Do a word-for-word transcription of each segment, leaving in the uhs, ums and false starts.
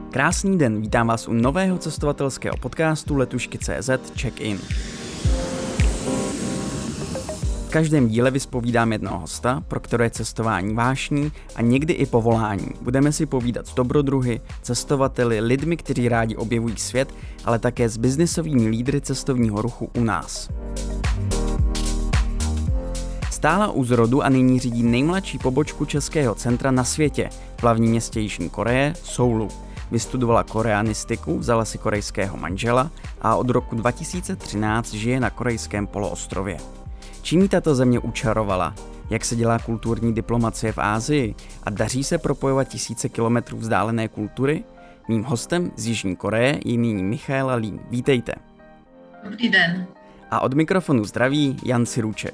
Krásný den, vítám vás u nového cestovatelského podcastu Letušky tečka cé zet Check-in. V každém díle vyspovídám jednoho hosta, pro které je cestování vášní a někdy i povolání. Budeme si povídat s dobrodruhy, cestovateli, lidmi, kteří rádi objevují svět, ale také s biznisovými lídry cestovního ruchu u nás. Stála u zrodu a nyní řídí nejmladší pobočku českého centra na světě, v hlavním městě Jižní Koreje, Soulu. Vystudovala koreanistiku, vzala si korejského manžela a od roku dva tisíce třináct žije na korejském poloostrově. Čím jí tato země učarovala? Jak se dělá kulturní diplomacie v Asii? A daří se propojovat tisíce kilometrů vzdálené kultury? Mým hostem z Jižní Koreje je nyní Michaela Lín. Vítejte. Dobrý den. A od mikrofonu zdraví Jan Sirůček.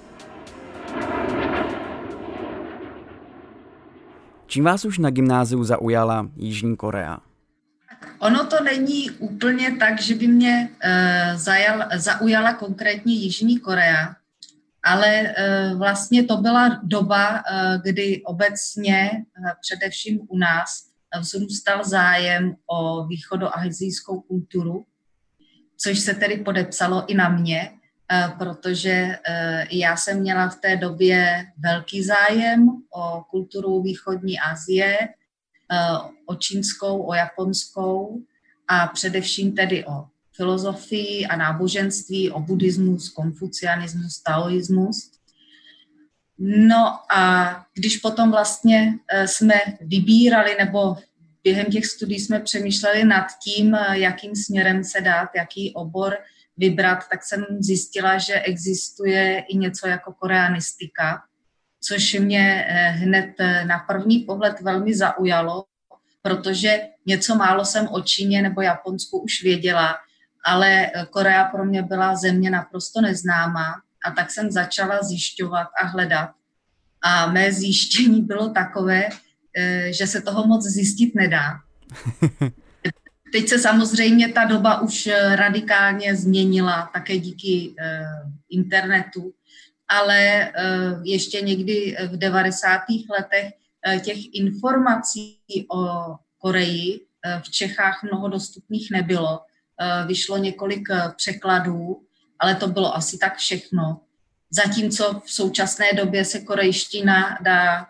Čím vás už na gymnáziu zaujala Jižní Korea? Ono to není úplně tak, že by mě uh, zajal, zaujala konkrétně Jižní Korea, ale uh, vlastně to byla doba, uh, kdy obecně, uh, především u nás, vzrůstal zájem o východoasijskou kulturu, což se tedy podepsalo i na mě, uh, protože uh, já jsem měla v té době velký zájem o kulturu východní Asie, o čínskou, o japonskou a především tedy o filozofii a náboženství, o buddhismus, konfucianismus, taoismus. No a když potom vlastně jsme vybírali, nebo během těch studií jsme přemýšleli nad tím, jakým směrem se dát, jaký obor vybrat, tak jsem zjistila, že existuje i něco jako koreanistika, což mě hned na první pohled velmi zaujalo, protože něco málo jsem o Číně nebo Japonsku už věděla, ale Korea pro mě byla země naprosto neznámá a tak jsem začala zjišťovat a hledat. A mé zjištění bylo takové, že se toho moc zjistit nedá. Teď se samozřejmě ta doba už radikálně změnila, také díky internetu, ale ještě někdy v devadesátých letech těch informací o Koreji v Čechách mnoho dostupných nebylo. Vyšlo několik překladů, ale to bylo asi tak všechno. Zatímco v současné době se korejština dá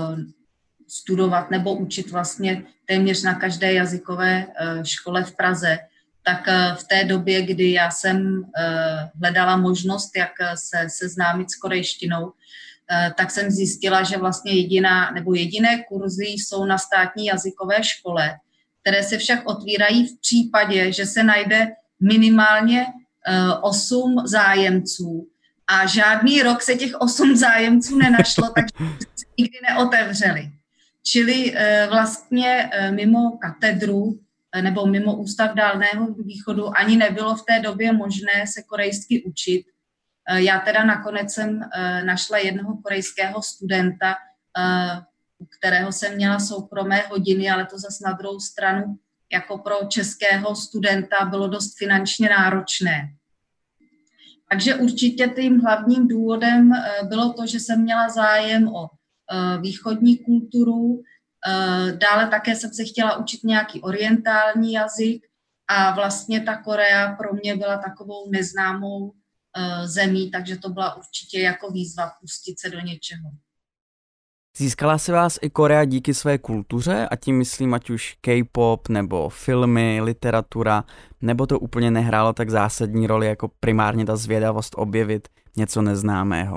studovat nebo učit vlastně téměř na každé jazykové škole v Praze, tak v té době, kdy já jsem hledala možnost, jak se seznámit s korejštinou, tak jsem zjistila, že vlastně jediná nebo jediné kurzy jsou na státní jazykové škole, které se však otvírají v případě, že se najde minimálně osm zájemců a žádný rok se těch osm zájemců nenašlo, takže se nikdy neotevřeli. Čili vlastně mimo katedru nebo mimo Ústav dálného východu ani nebylo v té době možné se korejsky učit. Já teda nakonec jsem našla jednoho korejského studenta, u kterého jsem měla soukromé hodiny, ale to zas na druhou stranu jako pro českého studenta bylo dost finančně náročné. Takže určitě tím hlavním důvodem bylo to, že jsem měla zájem o východní kulturu, dále také jsem se chtěla učit nějaký orientální jazyk a vlastně ta Korea pro mě byla takovou neznámou zemí, takže to byla určitě jako výzva pustit se do něčeho. Získala si vás i Korea díky své kultuře a tím myslím ať už K-pop nebo filmy, literatura, nebo to úplně nehrálo tak zásadní roli jako primárně ta zvědavost objevit něco neznámého?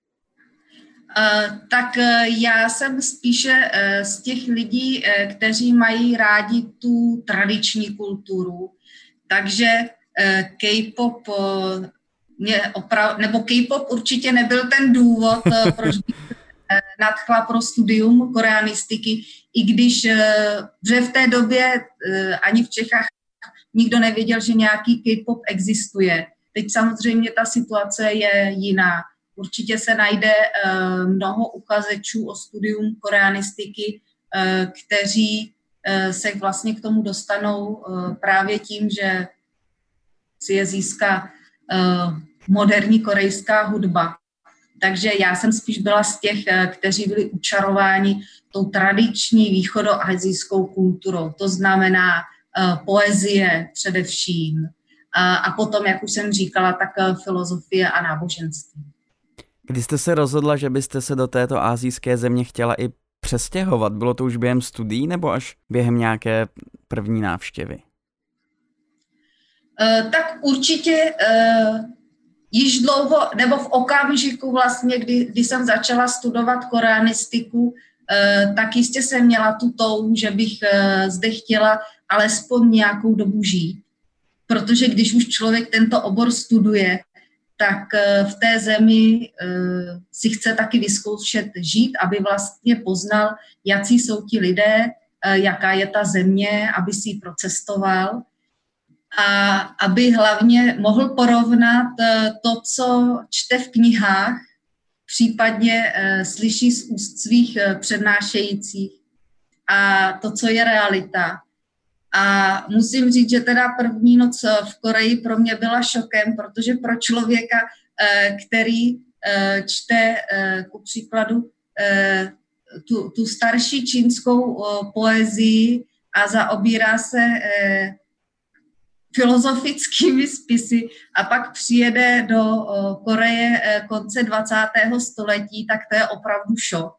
Uh, tak uh, já jsem spíše uh, z těch lidí, uh, kteří mají rádi tu tradiční kulturu, takže uh, K-pop uh, mě opra- nebo K-pop určitě nebyl ten důvod, uh, proč bych uh, nadchla pro studium koreanistiky, i když uh, v té době uh, ani v Čechách nikdo nevěděl, že nějaký K-pop existuje. Teď samozřejmě ta situace je jiná. Určitě se najde uh, mnoho uchazečů o studium koreanistiky, uh, kteří uh, se vlastně k tomu dostanou uh, právě tím, že si je získá uh, moderní korejská hudba. Takže já jsem spíš byla z těch, kteří byli učarováni tou tradiční východoasijskou kulturou. To znamená uh, poezie především. Uh, a potom, jak už jsem říkala, tak uh, filozofie a náboženství. Když jste se rozhodla, že byste se do této asijské země chtěla i přestěhovat, bylo to už během studií nebo až během nějaké první návštěvy? Uh, tak určitě uh, již dlouho, nebo v okamžiku vlastně, kdy, kdy jsem začala studovat koreanistiku, uh, tak jistě jsem měla tu touhu, že bych uh, zde chtěla alespoň nějakou dobu žít. Protože když už člověk tento obor studuje, tak uh, v té zemi uh, si chce taky vyzkoušet žít, aby vlastně poznal, jací jsou ti lidé, uh, jaká je ta země, aby si ji procestoval. A aby hlavně mohl porovnat to, co čte v knihách, případně uh, slyší z úst svých uh, přednášejících a to, co je realita. A musím říct, že teda první noc v Koreji pro mě byla šokem, protože pro člověka, uh, který uh, čte uh, ku příkladu uh, tu, tu starší čínskou uh, poezii a zaobírá se uh, filozofickými spisy a pak přijede do o, Koreje e, konce dvacátého století, tak to je opravdu šok.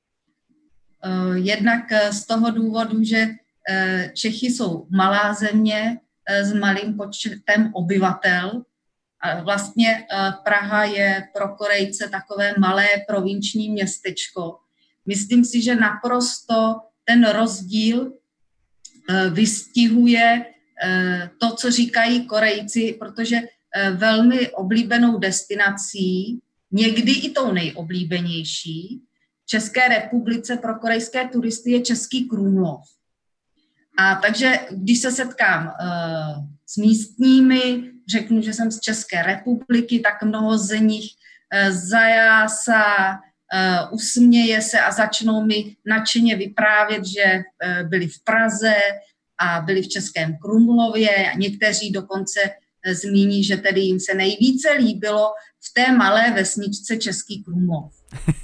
E, jednak e, z toho důvodu, že e, Čechy jsou malá země e, s malým počtem obyvatel. A vlastně e, Praha je pro Korejce takové malé provinční městečko. Myslím si, že naprosto ten rozdíl e, vystihuje to, co říkají Korejci, protože velmi oblíbenou destinací, někdy i tou nejoblíbenější, v České republice pro korejské turisty je Český Krumlov. A takže když se setkám uh, s místními, řeknu, že jsem z České republiky, tak mnoho z nich uh, zajásá, uh, usměje se a začnou mi nadšeně vyprávět, že uh, byli v Praze, a byli v Českém Krumlově a někteří dokonce zmíní, že tedy jim se nejvíce líbilo v té malé vesničce Český Krumlov.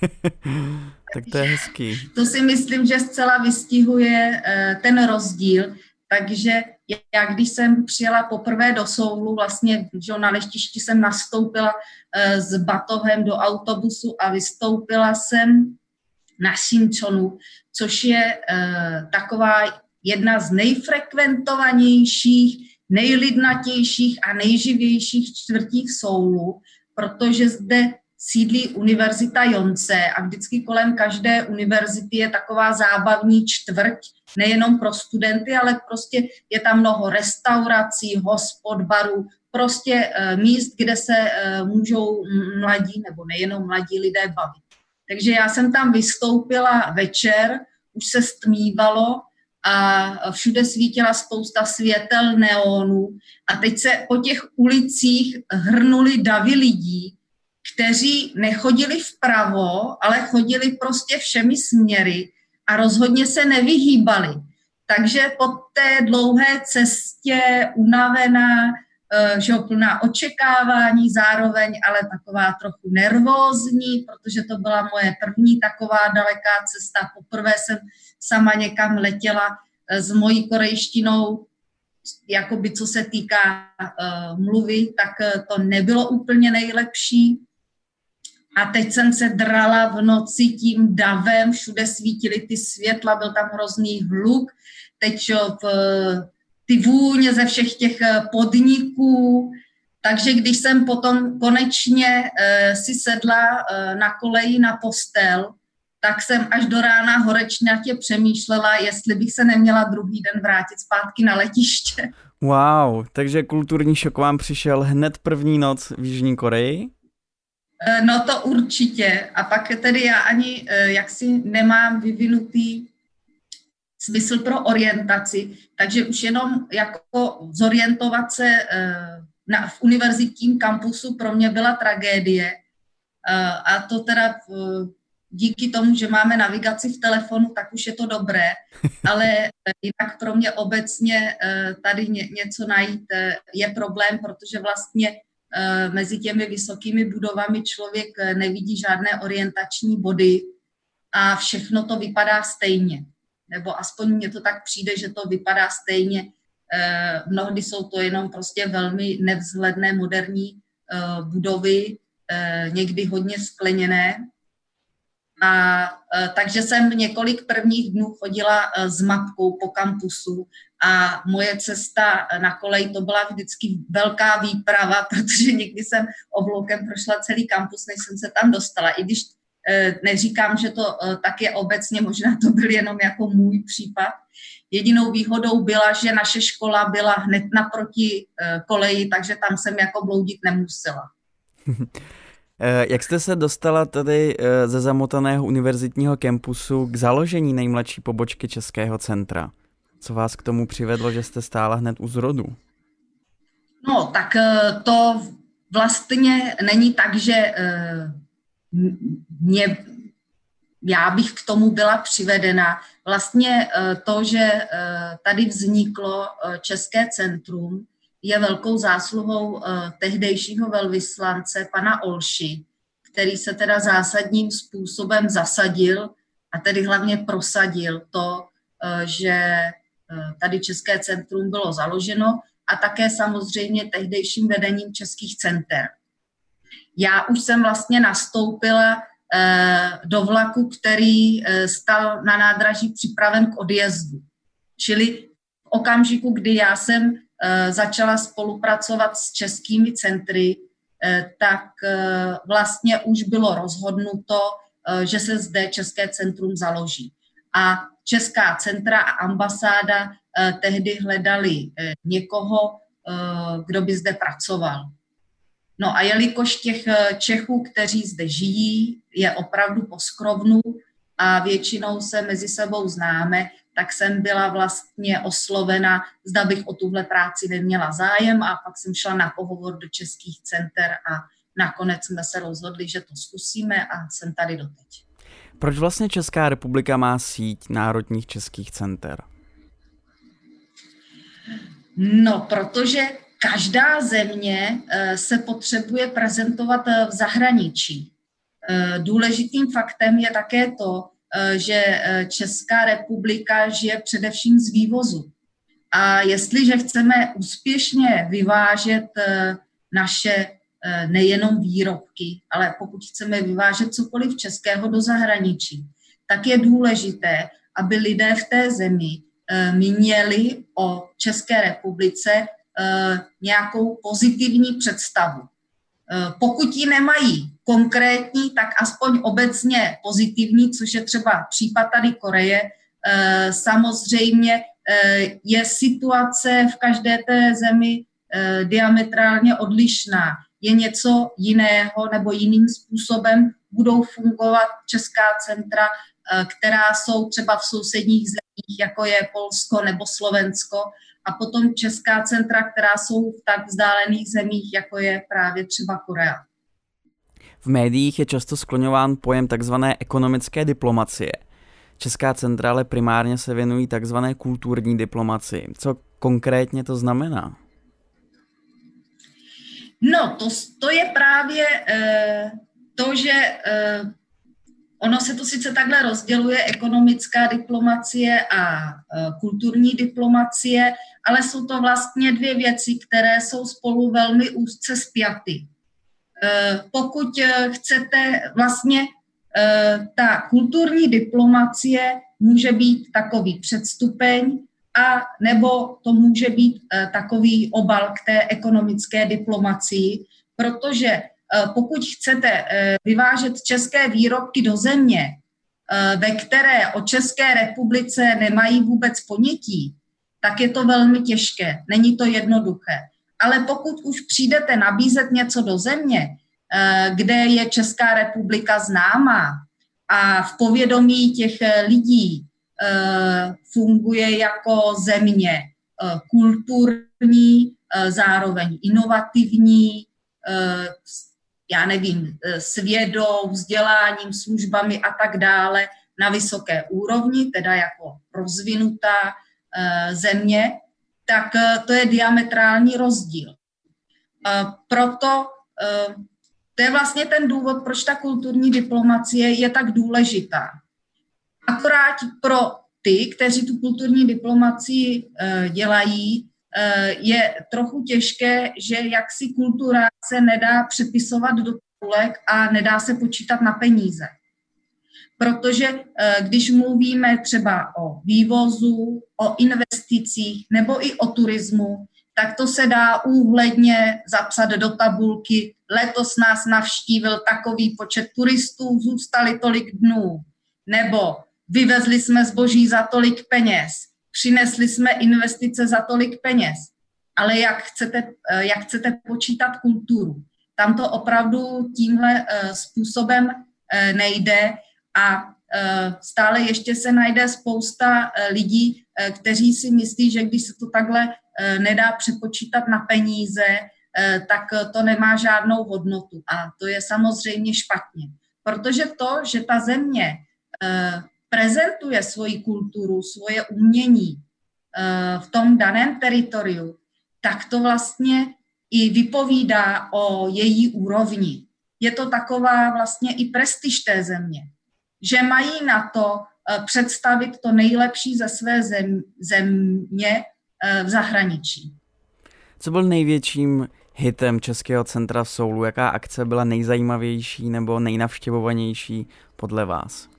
Tak to je hezký. To si myslím, že zcela vystihuje ten rozdíl. Takže já, když jsem přijela poprvé do Soulu, vlastně že na letišti jsem nastoupila s batohem do autobusu a vystoupila jsem na Sinchonu, což je taková jedna z nejfrekventovanějších, nejlidnatějších a nejživějších čtvrtí v Soulu, protože zde sídlí univerzita Yonsei a vždycky kolem každé univerzity je taková zábavní čtvrť, nejenom pro studenty, ale prostě je tam mnoho restaurací, hospod, barů, prostě uh, míst, kde se uh, můžou mladí nebo nejenom mladí lidé bavit. Takže já jsem tam vystoupila večer, už se stmívalo, a všude svítila spousta světel, neonů a teď se po těch ulicích hrnuli davy lidí, kteří nechodili vpravo, ale chodili prostě všemi směry a rozhodně se nevyhýbali. Takže po té dlouhé cestě unavená, že plná očekávání zároveň, ale taková trochu nervózní, protože to byla moje první taková daleká cesta. Poprvé jsem sama někam letěla s mojí korejštinou, jakoby co se týká uh, mluvy, tak uh, to nebylo úplně nejlepší. A teď jsem se drala v noci tím davem, všude svítily ty světla, byl tam hrozný hluk. Teď v, ty vůně ze všech těch podniků. Takže když jsem potom konečně uh, si sedla uh, na koleji na postel, tak jsem až do rána horečnatě přemýšlela, jestli bych se neměla druhý den vrátit zpátky na letiště. Wow, takže kulturní šok vám přišel hned první noc v Jižní Koreji? No to určitě. A pak tedy já ani jaksi nemám vyvinutý smysl pro orientaci, takže už jenom jako zorientovat se na, v univerzitním kampusu pro mě byla tragédie. A to teda díky tomu, že máme navigaci v telefonu, tak už je to dobré, ale jinak pro mě obecně tady ně, něco najít je problém, protože vlastně mezi těmi vysokými budovami člověk nevidí žádné orientační body a všechno to vypadá stejně. Nebo aspoň mně to tak přijde, že to vypadá stejně. Mnohdy jsou to jenom prostě velmi nevzhledné moderní budovy, někdy hodně skleněné. A takže jsem několik prvních dnů chodila s mapkou po kampusu a moje cesta na kolej to byla vždycky velká výprava, protože někdy jsem obloukem prošla celý kampus, než jsem se tam dostala. I když neříkám, že to tak je obecně, možná to byl jenom jako můj případ. Jedinou výhodou byla, že naše škola byla hned naproti koleji, takže tam jsem jako bloudit nemusela. Jak jste se dostala tady ze zamotaného univerzitního kampusu k založení nejmladší pobočky Českého centra? Co vás k tomu přivedlo, že jste stála hned u zrodu? No, tak to vlastně není tak, že mě, já bych k tomu byla přivedena. Vlastně to, že tady vzniklo České centrum, je velkou zásluhou uh, tehdejšího velvyslance pana Olši, který se teda zásadním způsobem zasadil a tedy hlavně prosadil to, uh, že uh, tady České centrum bylo založeno a také samozřejmě tehdejším vedením českých center. Já už jsem vlastně nastoupila uh, do vlaku, který uh, stal na nádraží připraven k odjezdu. Čili v okamžiku, kdy já jsem začala spolupracovat s českými centry, tak vlastně už bylo rozhodnuto, že se zde České centrum založí. A Česká centra a ambasáda tehdy hledali někoho, kdo by zde pracoval. No a jelikož těch Čechů, kteří zde žijí, je opravdu poskrovnu a většinou se mezi sebou známe, tak jsem byla vlastně oslovena, zda bych o tuhle práci neměla zájem a pak jsem šla na pohovor do českých center a nakonec jsme se rozhodli, že to zkusíme a jsem tady doteď. Proč vlastně Česká republika má síť národních českých center? No, protože každá země se potřebuje prezentovat v zahraničí. Důležitým faktem je také to, že Česká republika žije především z vývozu. A jestliže chceme úspěšně vyvážet naše nejenom výrobky, ale pokud chceme vyvážet cokoliv českého do zahraničí, tak je důležité, aby lidé v té zemi měli o České republice nějakou pozitivní představu. Pokud ji nemají konkrétní, tak aspoň obecně pozitivní, což je třeba případ tady Koreje. Samozřejmě je situace v každé té zemi diametrálně odlišná. Je něco jiného nebo jiným způsobem budou fungovat česká centra, která jsou třeba v sousedních zemích, jako je Polsko nebo Slovensko, a potom česká centra, která jsou v tak vzdálených zemích, jako je právě třeba Korea. V médiích je často skloňován pojem takzvané ekonomické diplomacie. Česká centra ale primárně se věnují takzvané kulturní diplomacii. Co konkrétně to znamená? No, to, to je právě eh, to, že eh, ono se to sice takhle rozděluje, ekonomická diplomacie a eh, kulturní diplomacie, ale jsou to vlastně dvě věci, které jsou spolu velmi úzce spjaty. Pokud chcete, vlastně ta kulturní diplomacie může být takový předstupeň a nebo to může být takový obal k té ekonomické diplomacii, protože pokud chcete vyvážet české výrobky do země, ve které o České republice nemají vůbec ponětí, tak je to velmi těžké, není to jednoduché. Ale pokud už přijdete nabízet něco do země, kde je Česká republika známá a v povědomí těch lidí funguje jako země kulturní, zároveň inovativní, já nevím, s vědou, vzděláním, službami a tak dále na vysoké úrovni, teda jako rozvinutá země, tak to je diametrální rozdíl. Proto to je vlastně ten důvod, proč ta kulturní diplomacie je tak důležitá. Akorát pro ty, kteří tu kulturní diplomacii dělají, je trochu těžké, že jaksi kultura se nedá přepisovat do tabulek a nedá se počítat na peníze. Protože když mluvíme třeba o vývozu, o investicích nebo i o turismu, tak to se dá úhledně zapsat do tabulky. Letos nás navštívil takový počet turistů, zůstali tolik dnů. Nebo vyvezli jsme zboží za tolik peněz, přinesli jsme investice za tolik peněz. Ale jak chcete, jak chcete počítat kulturu? Tam to opravdu tímhle způsobem nejde a stále ještě se najde spousta lidí, kteří si myslí, že když se to takhle nedá přepočítat na peníze, tak to nemá žádnou hodnotu. A to je samozřejmě špatně. Protože to, že ta země prezentuje svoji kulturu, svoje umění v tom daném teritoriu, tak to vlastně i vypovídá o její úrovni. Je to taková vlastně i prestiž té země, že mají na to představit to nejlepší ze své zem, země v zahraničí. Co byl největším hitem Českého centra v Soulu? Jaká akce byla nejzajímavější nebo nejnavštěvovanější podle vás?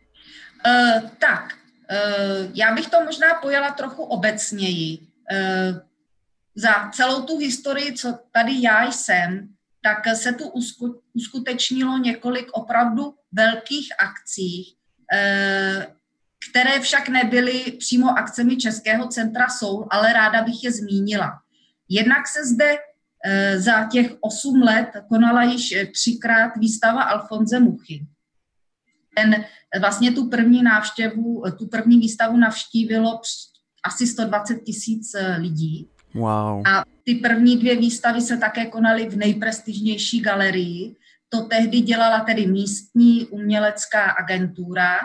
Uh, tak, uh, já bych to možná pojala trochu obecněji. Uh, za celou tu historii, co tady já jsem, tak se tu usku, uskutečnilo několik opravdu velkých akcí, uh, které však nebyly přímo akcemi Českého centra Soul, ale ráda bych je zmínila. Jednak se zde uh, za těch osm let konala již třikrát výstava Alfonse Muchy. Ten vlastně tu první návštěvu, tu první výstavu navštívilo asi sto dvacet tisíc lidí. Wow. A ty první dvě výstavy se také konaly v nejprestižnější galerii. To tehdy dělala tedy místní umělecká agentura.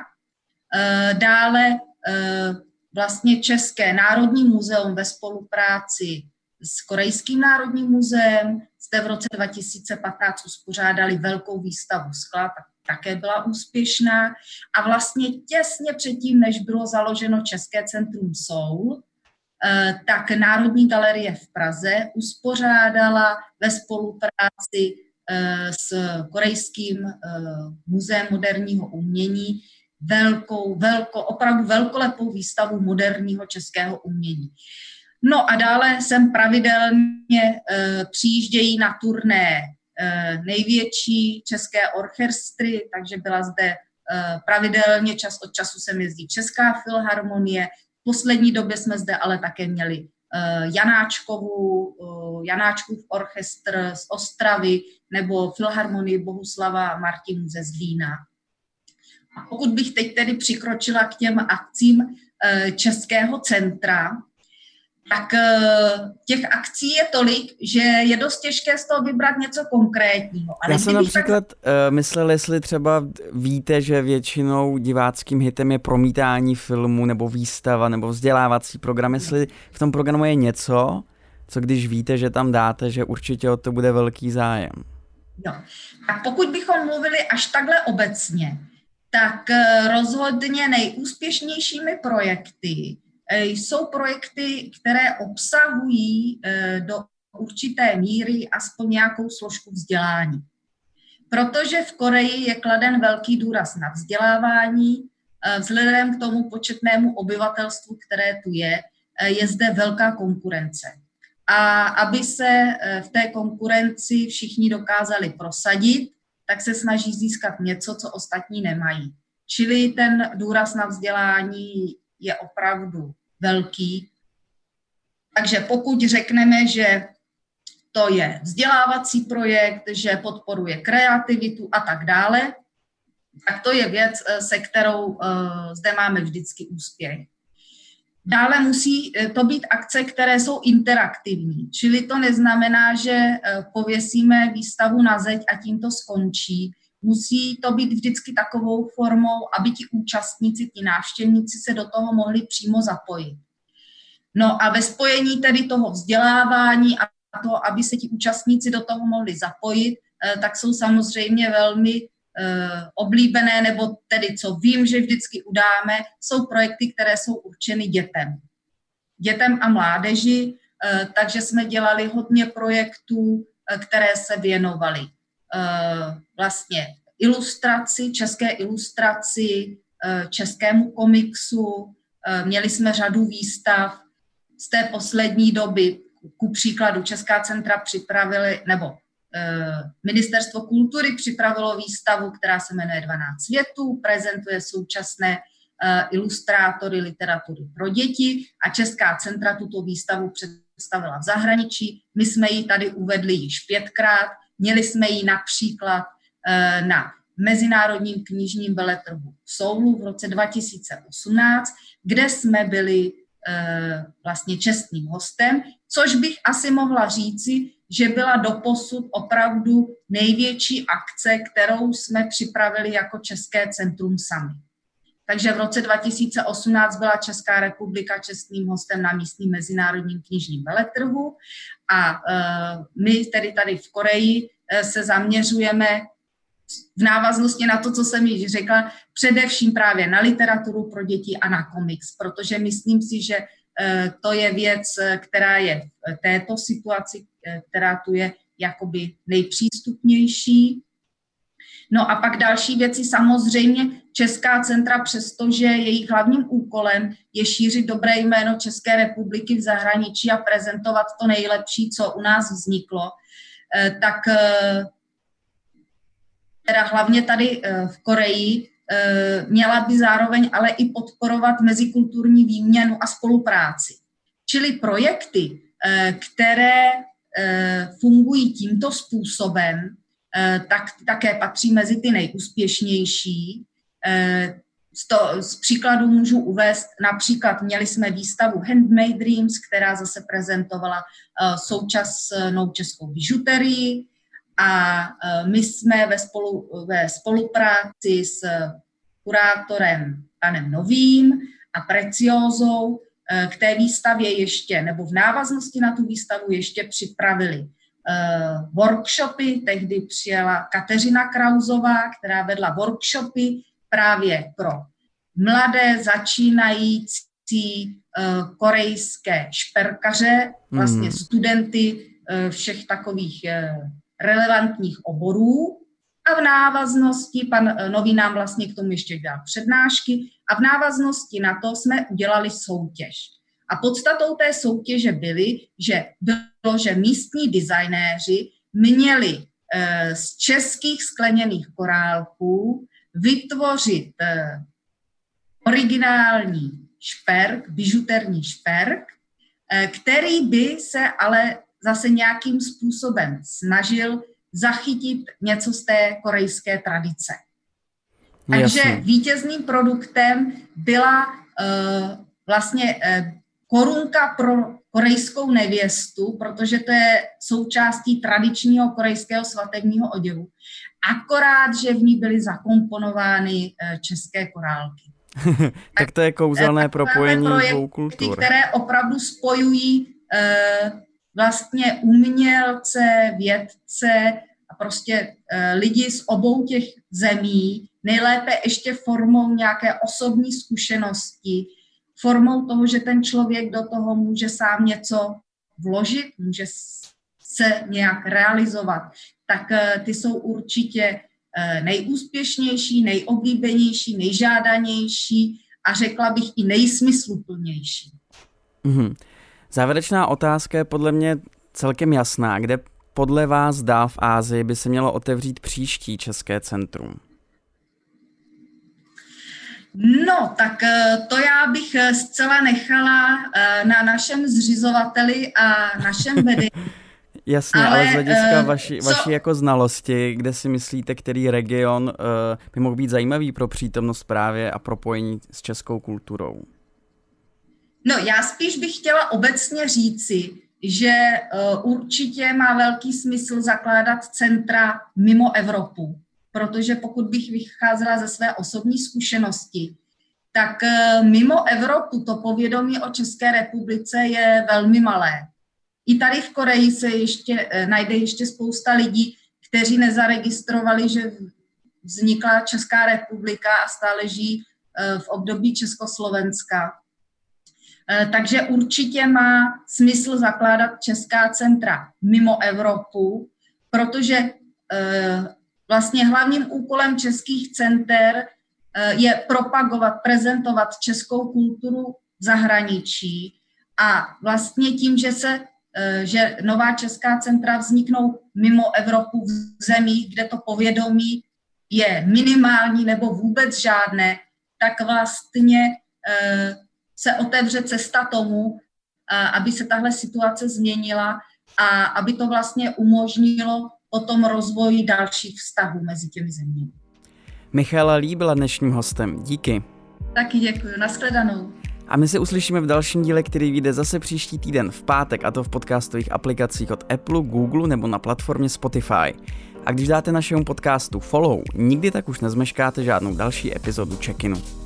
Dále vlastně České národní muzeum ve spolupráci s Korejským národním muzeem zde v roce dva tisíce patnáct uspořádali velkou výstavu skla, také byla úspěšná. A vlastně těsně předtím, než bylo založeno České centrum Soul, tak Národní galerie v Praze uspořádala ve spolupráci s Korejským muzeem moderního umění velkou, velkou, opravdu velkolepou výstavu moderního českého umění. No a dále sem pravidelně přijíždějí na turné největší české orchestry, takže byla zde pravidelně, čas od času sem jezdí Česká filharmonie. V poslední době jsme zde ale také měli Janáčkovu, Janáčkův orchestr z Ostravy nebo Filharmonii Bohuslava Martinů ze Zlína. A pokud bych teď tedy přikročila k těm akcím Českého centra, tak těch akcí je tolik, že je dost těžké z toho vybrat něco konkrétního. Ale já jsem například tak... uh, myslel, jestli třeba víte, že většinou diváckým hitem je promítání filmu nebo výstava nebo vzdělávací program, jestli v tom programu je něco, co když víte, že tam dáte, že určitě o to bude velký zájem. No, tak pokud bychom mluvili až takhle obecně, tak rozhodně nejúspěšnějšími projekty jsou projekty, které obsahují do určité míry aspoň nějakou složku vzdělání. Protože v Koreji je kladen velký důraz na vzdělávání, vzhledem k tomu početnému obyvatelstvu, které tu je, je zde velká konkurence. A aby se v té konkurenci všichni dokázali prosadit, tak se snaží získat něco, co ostatní nemají. Čili ten důraz na vzdělání je opravdu velký. Takže pokud řekneme, že to je vzdělávací projekt, že podporuje kreativitu a tak dále, tak to je věc, se kterou uh, zde máme vždycky úspěch. Dále musí to být akce, které jsou interaktivní, čili to neznamená, že pověsíme výstavu na zeď a tím to skončí. Musí to být vždycky takovou formou, aby ti účastníci, ti návštěvníci se do toho mohli přímo zapojit. No a ve spojení tedy toho vzdělávání a to, aby se ti účastníci do toho mohli zapojit, tak jsou samozřejmě velmi oblíbené, nebo tedy, co vím, že vždycky udáme, jsou projekty, které jsou určeny dětem. Dětem a mládeži, takže jsme dělali hodně projektů, které se věnovaly vlastně ilustraci, české ilustraci, českému komiksu. Měli jsme řadu výstav z té poslední doby. Ku příkladu Česká centra připravili, nebo Ministerstvo kultury připravilo výstavu, která se jmenuje dvanáct světů, prezentuje současné ilustrátory literatury pro děti a Česká centra tuto výstavu představila v zahraničí. My jsme ji tady uvedli již pětkrát. Měli jsme ji například na Mezinárodním knižním veletrhu v Soulu v roce dva tisíce osmnáct, kde jsme byli vlastně čestným hostem, což bych asi mohla říci, že byla doposud opravdu největší akce, kterou jsme připravili jako České centrum sami. Takže v roce dva tisíce osmnáct byla Česká republika čestným hostem na místním mezinárodním knižním veletrhu a my tedy tady v Koreji se zaměřujeme v návaznosti na to, co jsem již řekla, především právě na literaturu pro děti a na komiks, protože myslím si, že to je věc, která je v této situaci, která tu je jakoby nejpřístupnější. No a pak další věci, samozřejmě Česká centra, přestože jejich hlavním úkolem je šířit dobré jméno České republiky v zahraničí a prezentovat to nejlepší, co u nás vzniklo, tak teda hlavně tady v Koreji měla by zároveň ale i podporovat mezikulturní výměnu a spolupráci. Čili projekty, které fungují tímto způsobem, tak také patří mezi ty nejúspěšnější. Z, to, z příkladů můžu uvést, například měli jsme výstavu Handmade Dreams, která zase prezentovala současnou českou bižuterii a my jsme ve, spolu, ve spolupráci s kurátorem panem Novým a Preciózou k té výstavě ještě, nebo v návaznosti na tu výstavu ještě připravili Uh, workshopy, tehdy přijela Kateřina Krauzová, která vedla workshopy právě pro mladé začínající uh, korejské šperkaře, vlastně mm. studenty uh, všech takových uh, relevantních oborů. A v návaznosti, pan uh, Nový nám vlastně k tomu ještě dělal přednášky, a v návaznosti na to jsme udělali soutěž. A podstatou té soutěže byly, že bylo, že místní designéři měli e, z českých skleněných korálků vytvořit e, originální šperk, bižuterní šperk, e, který by se ale zase nějakým způsobem snažil zachytit něco z té korejské tradice. Takže Jasně. vítězným produktem byla e, vlastně e, korunka pro korejskou nevěstu, protože to je součástí tradičního korejského svatebního oděvu. Akorát, že v ní byly zakomponovány české korálky. Tak to je kouzelné propojení dvou kultur. Které opravdu spojují eh, vlastně umělce, vědce a prostě eh, lidi z obou těch zemí, nejlépe ještě formou nějaké osobní zkušenosti, formou toho, že ten člověk do toho může sám něco vložit, může se nějak realizovat, tak ty jsou určitě nejúspěšnější, nejoblíbenější, nejžádanější a řekla bych i nejsmysluplnější. Mm-hmm. Závěrečná otázka je podle mě celkem jasná. Kde podle vás dál v Asii by se mělo otevřít příští České centrum? No, tak to já bych zcela nechala na našem zřizovateli a našem vedení. Jasně, ale, ale z hlediska vaší, co... vaší jako znalosti, kde si myslíte, který region uh, by mohl být zajímavý pro přítomnost právě a propojení s českou kulturou? No, já spíš bych chtěla obecně říci, že uh, určitě má velký smysl zakládat centra mimo Evropu. Protože pokud bych vycházela ze své osobní zkušenosti, tak mimo Evropu to povědomí o České republice je velmi malé. I tady v Koreji se ještě najde ještě spousta lidí, kteří nezaregistrovali, že vznikla Česká republika a stále žijí v období Československa. Takže určitě má smysl zakládat česká centra mimo Evropu, protože vlastně hlavním úkolem českých center je propagovat, prezentovat českou kulturu v zahraničí a vlastně tím, že se že nová česká centra vzniknou mimo Evropu v zemích, kde to povědomí je minimální nebo vůbec žádné, tak vlastně se otevře cesta tomu, aby se tahle situace změnila a aby to vlastně umožnilo potom rozvoj dalších vztahů mezi těmi zeměmi. Michaela Lee byla dnešním hostem. Díky. Taky děkuji. Nashledanou. A my se uslyšíme v dalším díle, který vyjde zase příští týden v pátek, a to v podcastových aplikacích od Apple, Google nebo na platformě Spotify. A když dáte našemu podcastu follow, nikdy tak už nezmeškáte žádnou další epizodu Check-inu.